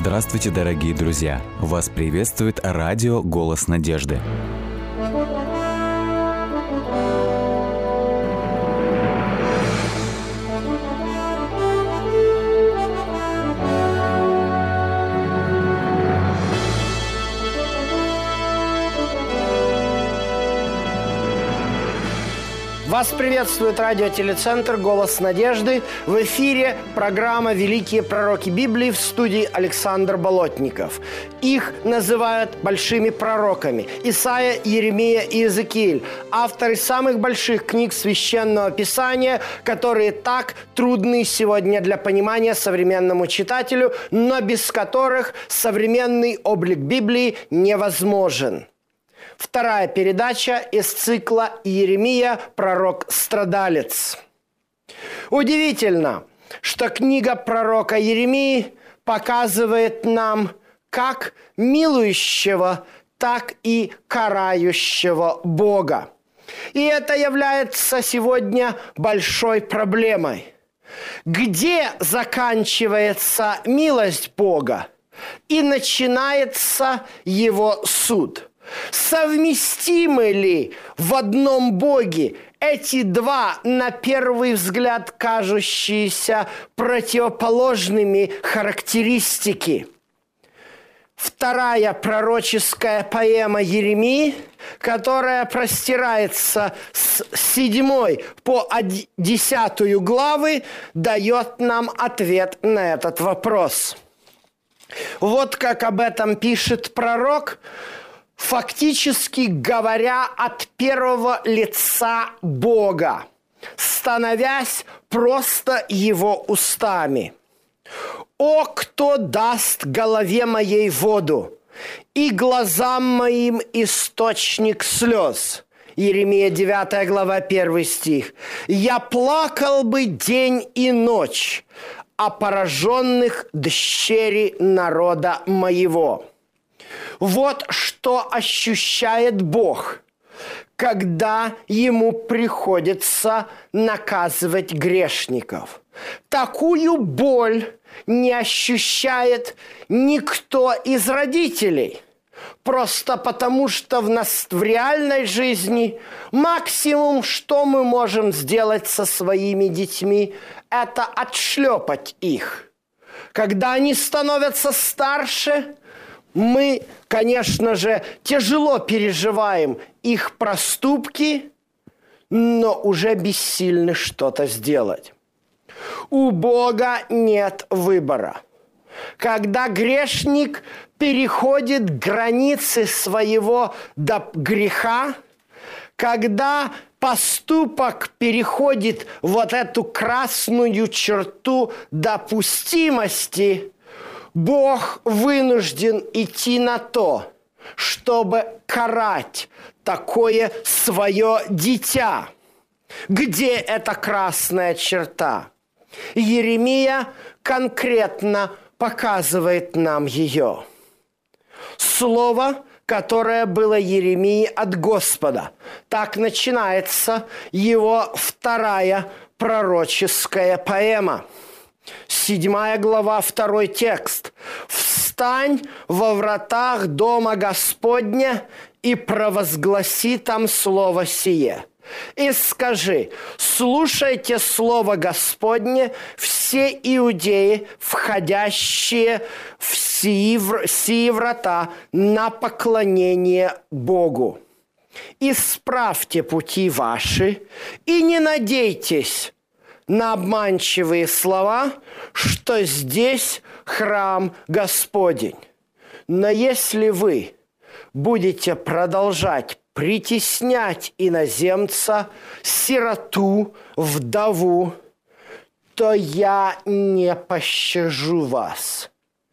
Здравствуйте, дорогие друзья! Вас приветствует радио «Голос надежды». Вас приветствует радиотелецентр «Голос надежды». В эфире программа «Великие пророки Библии», в студии Александр Болотников. Их называют большими пророками. Исаия, Иеремия и Иезекииль. Авторы самых больших книг Священного Писания, которые так трудны сегодня для понимания современному читателю, но без которых современный облик Библии невозможен. Вторая передача из цикла «Иеремия. Пророк-страдалец». Удивительно, что книга пророка Иеремии показывает нам как милующего, так и карающего Бога. И это является сегодня большой проблемой. Где заканчивается милость Бога и начинается его суд? Совместимы ли в одном Боге эти два, на первый взгляд, кажущиеся противоположными характеристики? Вторая пророческая поэма Иеремии, которая простирается с 7 по 10 главы, дает нам ответ на этот вопрос. Вот как об этом пишет пророк, фактически говоря от первого лица Бога, становясь просто его устами. «О, кто даст голове моей воду, и глазам моим источник слез». Иеремия 9 глава 1 стих. «Я плакал бы день и ночь о пораженных дщери народа моего». Вот что ощущает Бог, когда ему приходится наказывать грешников. Такую боль не ощущает никто из родителей. Просто потому, что в реальной жизни максимум, что мы можем сделать со своими детьми, это отшлепать их. Когда они становятся старше, мы, конечно же, тяжело переживаем их проступки, но уже бессильны что-то сделать. У Бога нет выбора. Когда грешник переходит границы своего греха, когда поступок переходит вот эту красную черту допустимости, Бог вынужден идти на то, чтобы карать такое свое дитя. Где эта красная черта? Иеремия конкретно показывает нам ее. Слово, которое было Иеремии от Господа. Так начинается его вторая пророческая поэма. 7 глава, 2 текст. «Встань во вратах дома Господня и провозгласи там слово сие. И скажи: слушайте слово Господне, все иудеи, входящие в сии врата на поклонение Богу. Исправьте пути ваши и не надейтесь на обманчивые слова, что здесь храм Господень. Но если вы будете продолжать притеснять иноземца, сироту, вдову, то я не пощажу вас».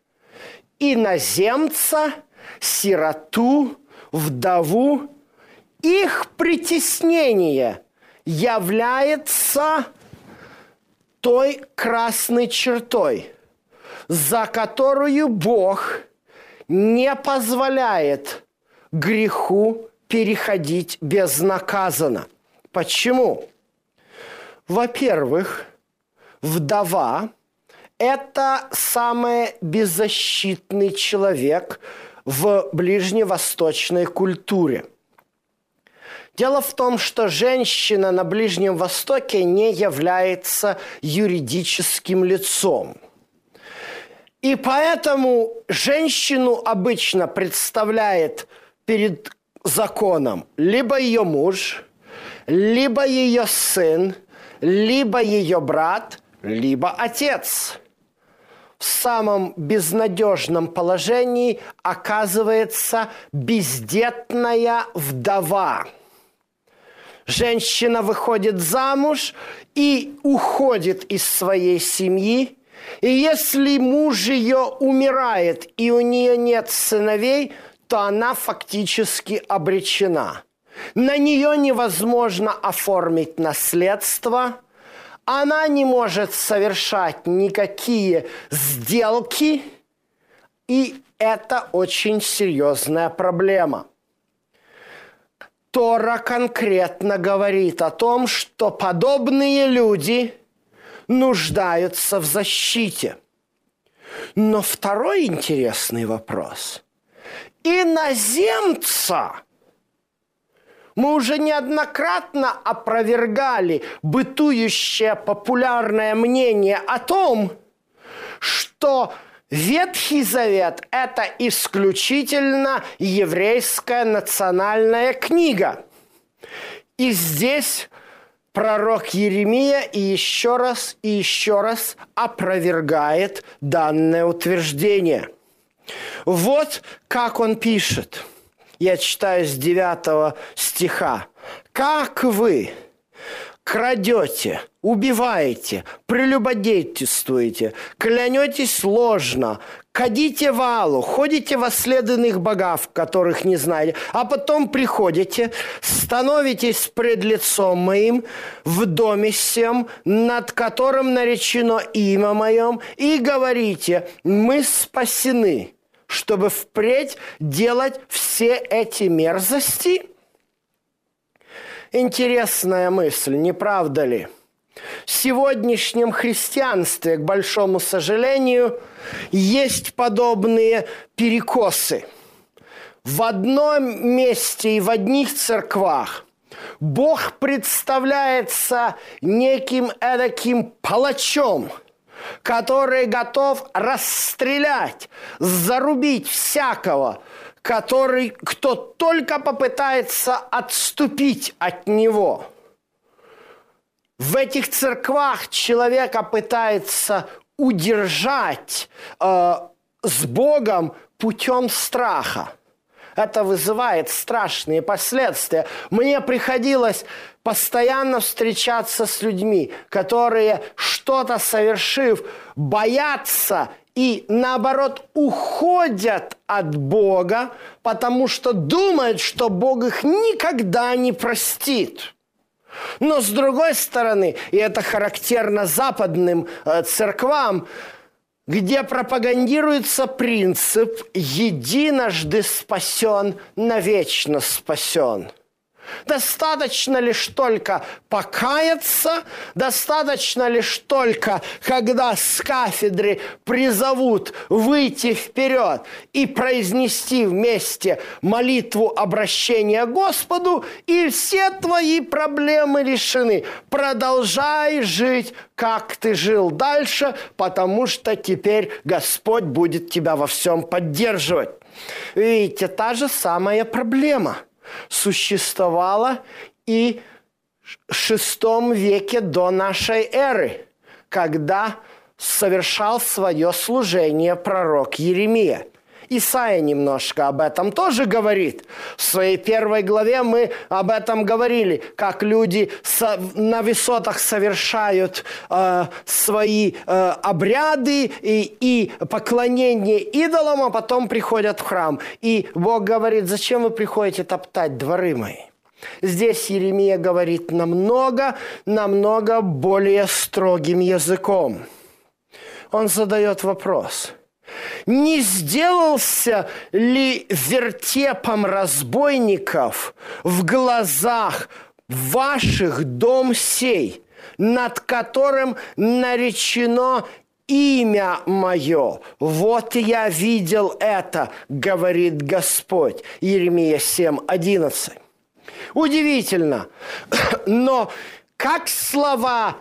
Иноземца, сироту, вдову, их притеснение является той красной чертой, за которую Бог не позволяет греху переходить безнаказанно. Почему? Во-первых, вдова это самый беззащитный человек в ближневосточной культуре. Дело в том, что женщина на Ближнем Востоке не является юридическим лицом. И поэтому женщину обычно представляет перед законом либо ее муж, либо ее сын, либо ее брат, либо отец. В самом безнадежном положении оказывается бездетная вдова. Женщина выходит замуж и уходит из своей семьи. И если муж ее умирает и у нее нет сыновей, то она фактически обречена. На нее невозможно оформить наследство. Она не может совершать никакие сделки. И это очень серьезная проблема. Тора конкретно говорит о том, что подобные люди нуждаются в защите. Но второй интересный вопрос. Иноземца мы уже неоднократно опровергали бытующее популярное мнение о том, что Ветхий Завет – это исключительно еврейская национальная книга. И здесь пророк Иеремия и еще раз опровергает данное утверждение. Вот как он пишет. Я читаю с 9 стиха. «Как вы крадете, убиваете, прелюбодействуете, клянетесь ложно, кадите валу, ходите во след иных богов, которых не знаете, а потом приходите, становитесь пред лицом моим в доме сем, над которым наречено имя моем, и говорите, мы спасены, чтобы впредь делать все эти мерзости». Интересная мысль, не правда ли? В сегодняшнем христианстве, к большому сожалению, есть подобные перекосы. В одном месте и в одних церквах Бог представляется неким эдаким палачом, который готов расстрелять, зарубить всякого, кто только попытается отступить от него. В этих церквах человека пытается удержать с Богом путем страха. Это вызывает страшные последствия. Мне приходилось постоянно встречаться с людьми, которые, что-то совершив, боятся и, наоборот, уходят от Бога, потому что думают, что Бог их никогда не простит. Но, с другой стороны, и это характерно западным церквам, где пропагандируется принцип «единожды спасен, навечно спасен». Достаточно лишь только покаяться, достаточно лишь только, когда с кафедры призовут выйти вперед и произнести вместе молитву обращения к Господу, и все твои проблемы решены. Продолжай жить, как ты жил дальше, потому что теперь Господь будет тебя во всем поддерживать. Видите, та же самая проблема существовала и в VI веке до нашей эры, когда совершал свое служение пророк Иеремия. Исайя немножко об этом тоже говорит. В своей 1 главе мы об этом говорили, как люди на высотах совершают свои обряды и поклонение идолам, а потом приходят в храм. И Бог говорит, зачем вы приходите топтать дворы мои? Здесь Иеремия говорит намного более строгим языком. Он задает вопрос. Не сделался ли вертепом разбойников в глазах ваших дом сей, над которым наречено имя мое. Вот я видел это, говорит Господь. Иеремия 7:11. Удивительно, но как слова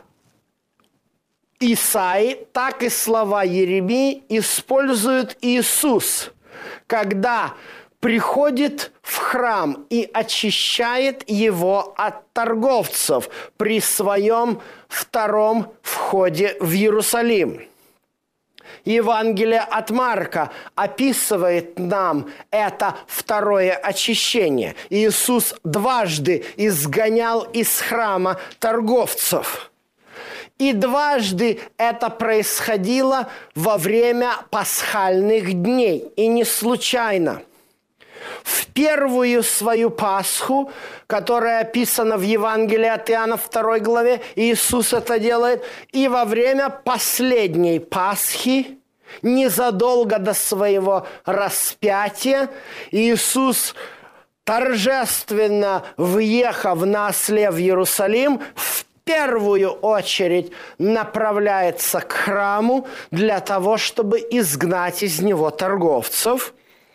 Исаии, так и слова Иеремии использует Иисус, когда приходит в храм и очищает его от торговцев при своем втором входе в Иерусалим. Евангелие от Марка описывает нам это второе очищение. Иисус дважды изгонял из храма торговцев. И дважды это происходило во время пасхальных дней. И не случайно. В первую свою Пасху, которая описана в Евангелии от Иоанна 2 главе, Иисус это делает. И во время последней Пасхи, незадолго до своего распятия, Иисус, торжественно въехав на осле в Иерусалим, в первую очередь направляется к храму для того, чтобы изгнать из него торговцев.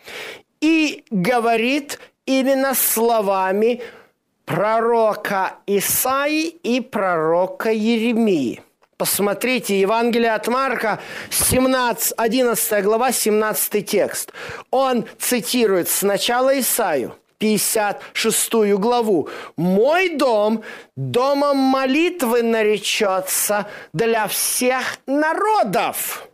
И говорит именно словами пророка Исаии и пророка Иеремии. Посмотрите, Евангелие от Марка, 11 глава, 17 текст. Он цитирует сначала Исаию, 56 главу. «Мой дом домом молитвы наречется для всех народов».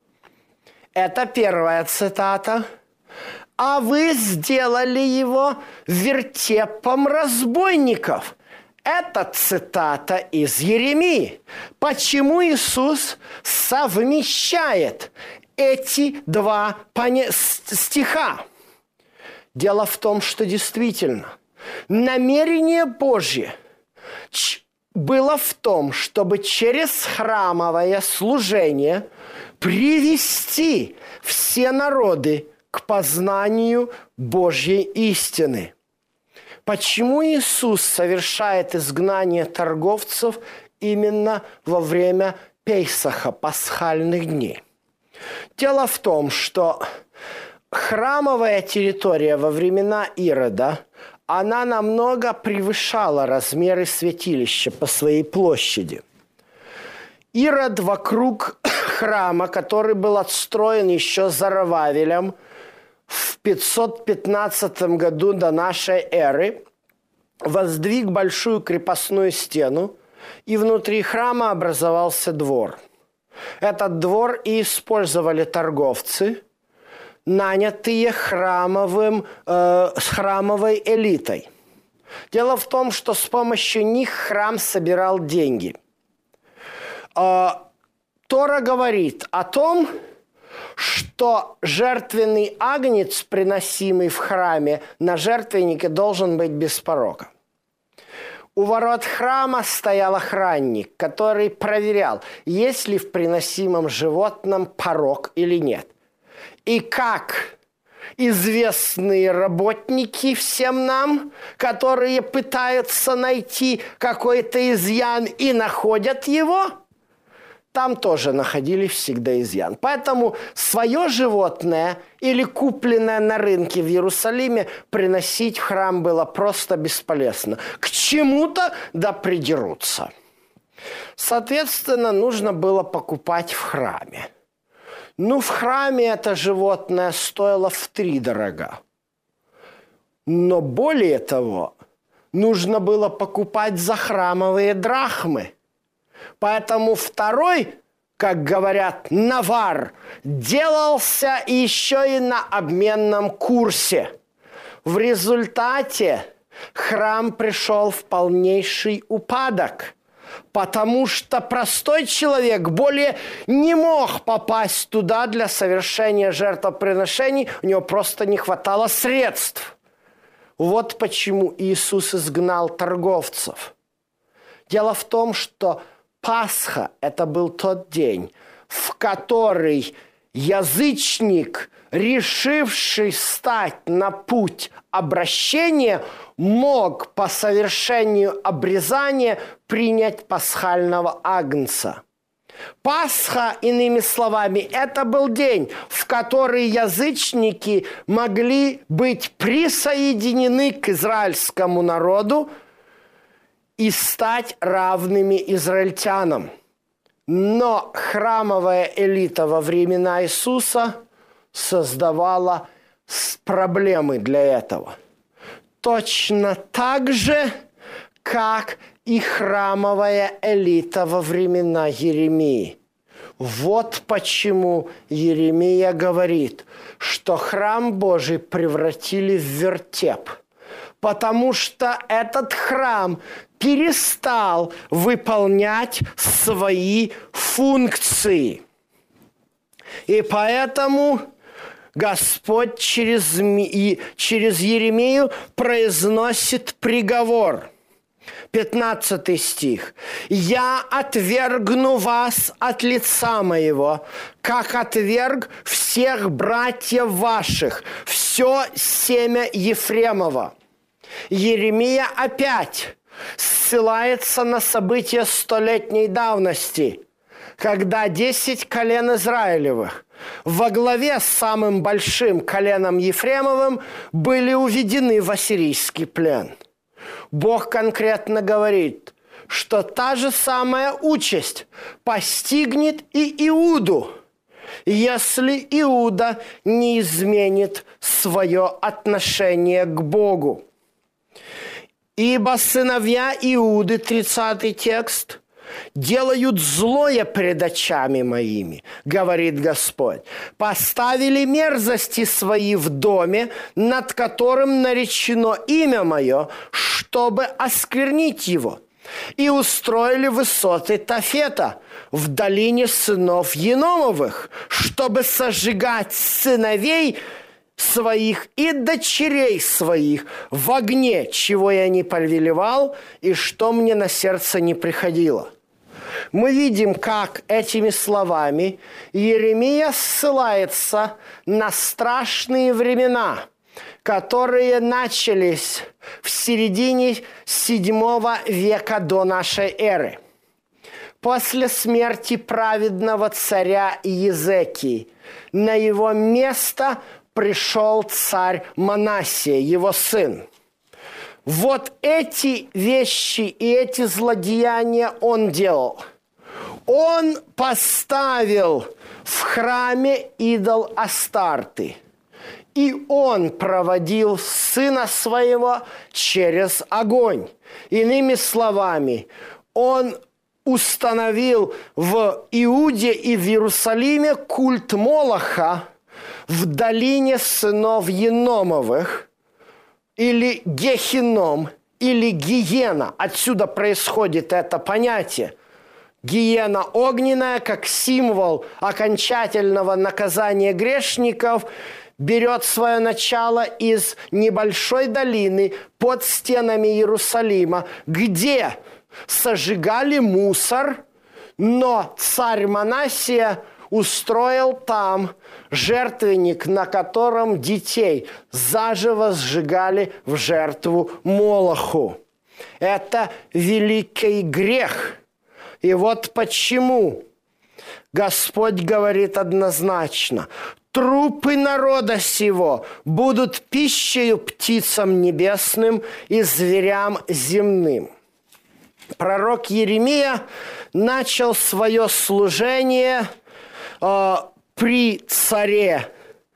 Это первая цитата. «А вы сделали его вертепом разбойников». Это цитата из Иеремии. Почему Иисус совмещает эти два стиха? Дело в том, что действительно намерение Божье было в том, чтобы через храмовое служение привести все народы к познанию Божьей истины. Почему Иисус совершает изгнание торговцев именно во время Пейсаха, пасхальных дней? Дело в том, что храмовая территория во времена Ирода, она намного превышала размеры святилища по своей площади. Ирод вокруг храма, который был отстроен еще Зоровавелем, в 515 году до нашей эры, воздвиг большую крепостную стену, и внутри храма образовался двор. Этот двор и использовали торговцы, нанятые храмовой элитой. Дело в том, что с помощью них храм собирал деньги. Тора говорит о том, что жертвенный агнец, приносимый в храме на жертвеннике, должен быть без порока. У ворот храма стоял охранник, который проверял, есть ли в приносимом животном порок или нет. И как известные работники всем нам, которые пытаются найти какой-то изъян и находят его, там тоже находили всегда изъян. Поэтому свое животное или купленное на рынке в Иерусалиме приносить в храм было просто бесполезно. К чему-то да придерутся. Соответственно, нужно было покупать в храме. В храме это животное стоило втридорога. Но более того, нужно было покупать за храмовые драхмы. Поэтому второй, как говорят, навар делался еще и на обменном курсе. В результате храм пришел в полнейший упадок, потому что простой человек более не мог попасть туда для совершения жертвоприношений, у него просто не хватало средств. Вот почему Иисус изгнал торговцев. Дело в том, что Пасха – это был тот день, в который язычник, решивший стать на путь обращения, мог по совершению обрезания принять пасхального агнца. Пасха, иными словами, это был день, в который язычники могли быть присоединены к израильскому народу и стать равными израильтянам. Но храмовая элита во времена Иисуса создавала проблемы для этого. Точно так же, как и храмовая элита во времена Иеремии. Вот почему Иеремия говорит, что храм Божий превратили в вертеп. Потому что этот храм перестал выполнять свои функции. И поэтому Господь через Иеремию произносит приговор. 15 стих. «Я отвергну вас от лица моего, как отверг всех братьев ваших, все семя Ефремова». Иеремия опять ссылается на события столетней давности, когда 10 колен Израилевых во главе с самым большим коленом Ефремовым были уведены в ассирийский плен. Бог конкретно говорит, что та же самая участь постигнет и Иуду, если Иуда не изменит свое отношение к Богу. «Ибо сыновья Иуды», 30 текст, «делают злое пред очами моими, говорит Господь, поставили мерзости свои в доме, над которым наречено имя мое, чтобы осквернить его, и устроили высоты Тофета в долине сынов Еномовых, чтобы сожигать сыновей своих и дочерей своих в огне, чего я не повелевал и что мне на сердце не приходило». Мы видим, как этими словами Иеремия ссылается на страшные времена, которые начались в середине VII века до нашей эры. После смерти праведного царя Иезекии на его место пришел царь Манассия, его сын. Вот эти вещи и эти злодеяния он делал. Он поставил в храме идол Астарты. И он проводил сына своего через огонь. Иными словами, он установил в Иуде и в Иерусалиме культ Молоха в долине сынов Еномовых, или Гехином, или Гиена. Отсюда происходит это понятие. Гиена огненная, как символ окончательного наказания грешников, берет свое начало из небольшой долины под стенами Иерусалима, где сожигали мусор, но царь Манассия устроил там жертвенник, на котором детей заживо сжигали в жертву Молоху. Это великий грех. И вот почему Господь говорит однозначно: трупы народа сего будут пищею птицам небесным и зверям земным. Пророк Иеремия начал свое служение при царе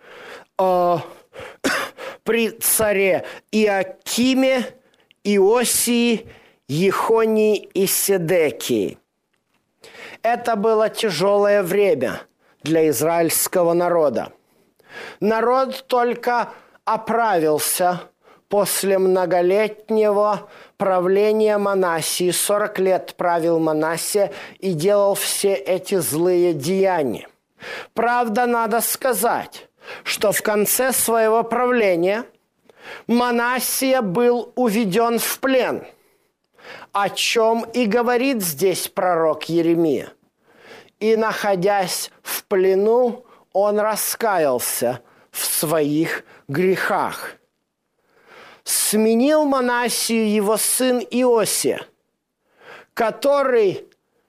Иакиме, Иосии, Ехонии и Седекии. Это было тяжелое время для израильского народа. Народ только оправился после многолетнего правления Манассии. 40 лет правил Манассия и делал все эти злые деяния. Правда, надо сказать, что в конце своего правления Манассия был уведен в плен, о чем и говорит здесь пророк Иеремия. И, находясь в плену, он раскаялся в своих грехах. Сменил Манассию его сын Иосия, который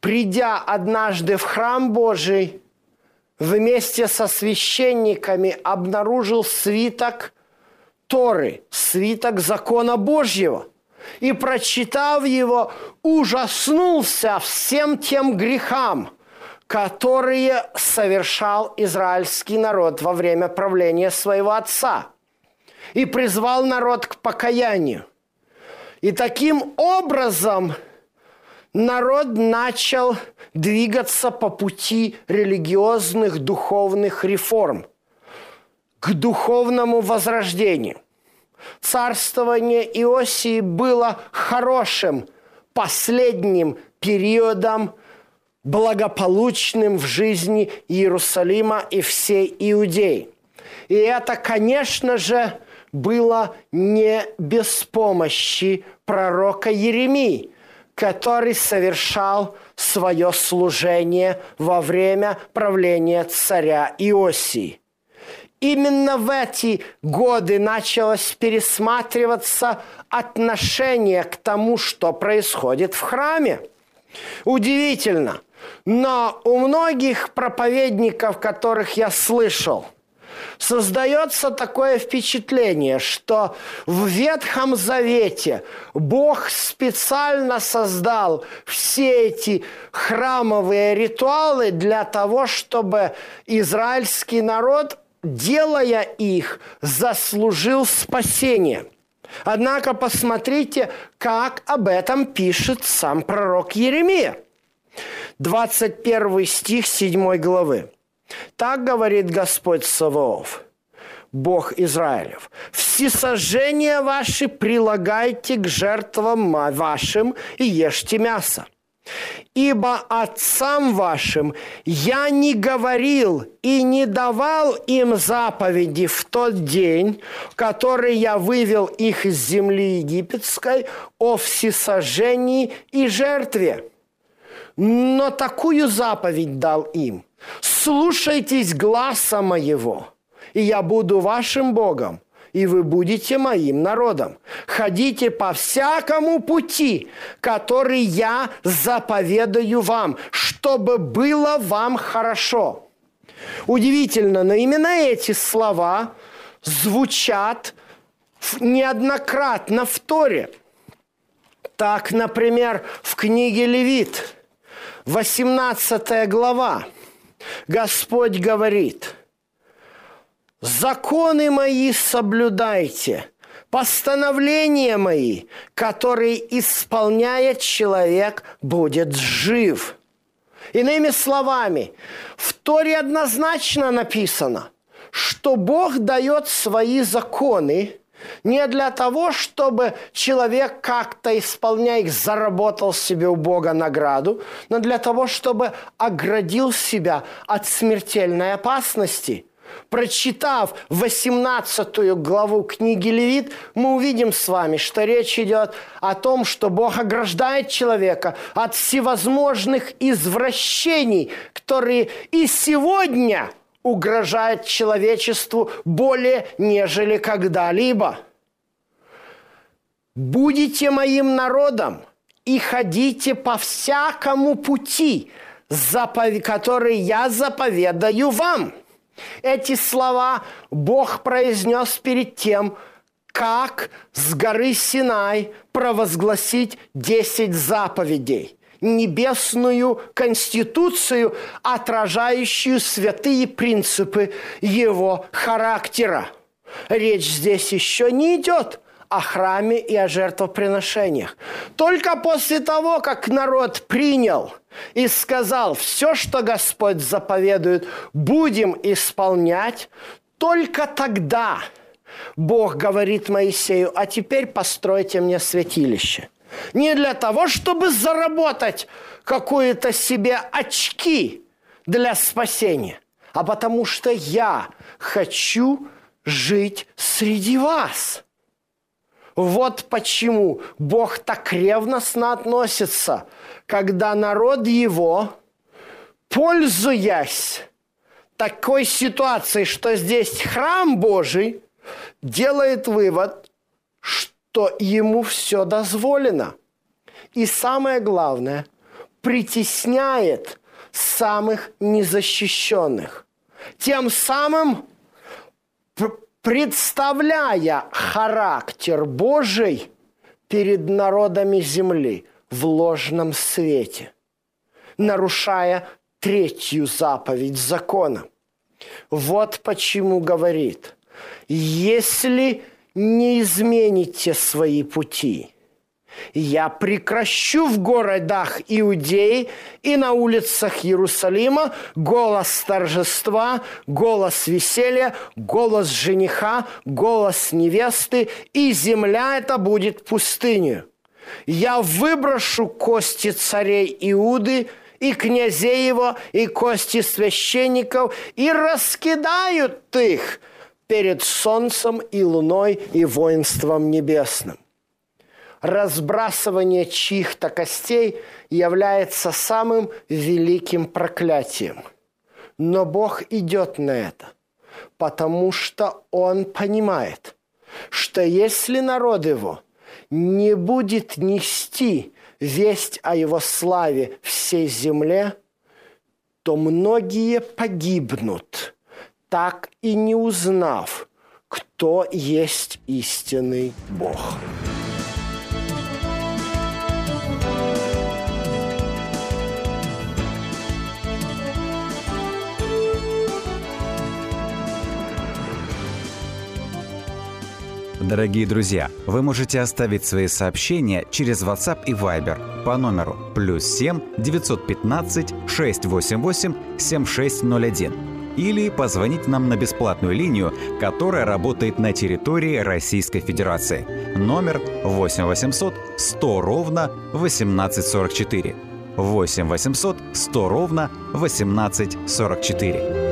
придя однажды в храм Божий, вместе со священниками обнаружил свиток Торы, свиток закона Божьего. И, прочитав его, ужаснулся всем тем грехам, которые совершал израильский народ во время правления своего отца. И призвал народ к покаянию. И таким образом народ начал двигаться по пути религиозных, духовных реформ к духовному возрождению. Царствование Иосии было хорошим, последним периодом, благополучным в жизни Иерусалима и всей Иудеи. И это, конечно же, было не без помощи пророка Иеремии, который совершал свое служение во время правления царя Иосии. Именно в эти годы началось пересматриваться отношение к тому, что происходит в храме. Удивительно, но у многих проповедников, которых я слышал, создается такое впечатление, что в Ветхом Завете Бог специально создал все эти храмовые ритуалы для того, чтобы израильский народ, делая их, заслужил спасение. Однако посмотрите, как об этом пишет сам пророк Иеремия. 21 стих 7 главы. «Так говорит Господь Саваоф, Бог Израилев: всесожжения ваши прилагайте к жертвам вашим и ешьте мясо. Ибо отцам вашим я не говорил и не давал им заповеди в тот день, в который я вывел их из земли египетской, о всесожжении и жертве. Но такую заповедь дал им: слушайтесь гласа моего, и я буду вашим Богом, и вы будете моим народом. Ходите по всякому пути, который я заповедаю вам, чтобы было вам хорошо». Удивительно, но именно эти слова звучат неоднократно в Торе. Так, например, в книге Левит, 18 глава, Господь говорит: «Законы мои соблюдайте, постановления мои, которые исполняет человек, будет жив». Иными словами, в Торе однозначно написано, что Бог дает свои законы не для того, чтобы человек как-то, исполняя их, заработал себе у Бога награду, но для того, чтобы оградил себя от смертельной опасности. Прочитав 18 главу книги Левит, мы увидим с вами, что речь идет о том, что Бог ограждает человека от всевозможных извращений, которые и сегодня угрожают человечеству более нежели когда-либо. «Будете моим народом и ходите по всякому пути, который я заповедаю вам». Эти слова Бог произнес перед тем, как с горы Синай провозгласить 10 заповедей, небесную конституцию, отражающую святые принципы его характера. Речь здесь еще не идет о храме и о жертвоприношениях. Только после того, как народ принял и сказал: все, что Господь заповедует, будем исполнять, только тогда Бог говорит Моисею: а теперь постройте мне святилище. Не для того, чтобы заработать какие-то себе очки для спасения, а потому что я хочу жить среди вас. Вот почему Бог так ревностно относится, когда народ его, пользуясь такой ситуацией, что здесь храм Божий, делает вывод, что ему все дозволено. И самое главное, притесняет самых незащищенных, тем самым представляя характер Божий перед народами земли в ложном свете, нарушая третью заповедь закона. Вот почему говорит: если не измените свои пути, я прекращу в городах Иудеи и на улицах Иерусалима голос торжества, голос веселья, голос жениха, голос невесты, и земля эта будет пустынью. Я выброшу кости царей Иуды и князей его, и кости священников, и раскидают их перед солнцем и луной и воинством небесным. Разбрасывание чьих-то костей является самым великим проклятием. Но Бог идет на это, потому что Он понимает, что если народ Его не будет нести весть о Его славе всей земле, то многие погибнут, так и не узнав, кто есть истинный Бог. Дорогие друзья, вы можете оставить свои сообщения через WhatsApp и Viber по номеру +7 915 688 7601 или позвонить нам на бесплатную линию, которая работает на территории Российской Федерации. Номер 8 800 100 ровно 1844. 8 800 100 ровно 1844.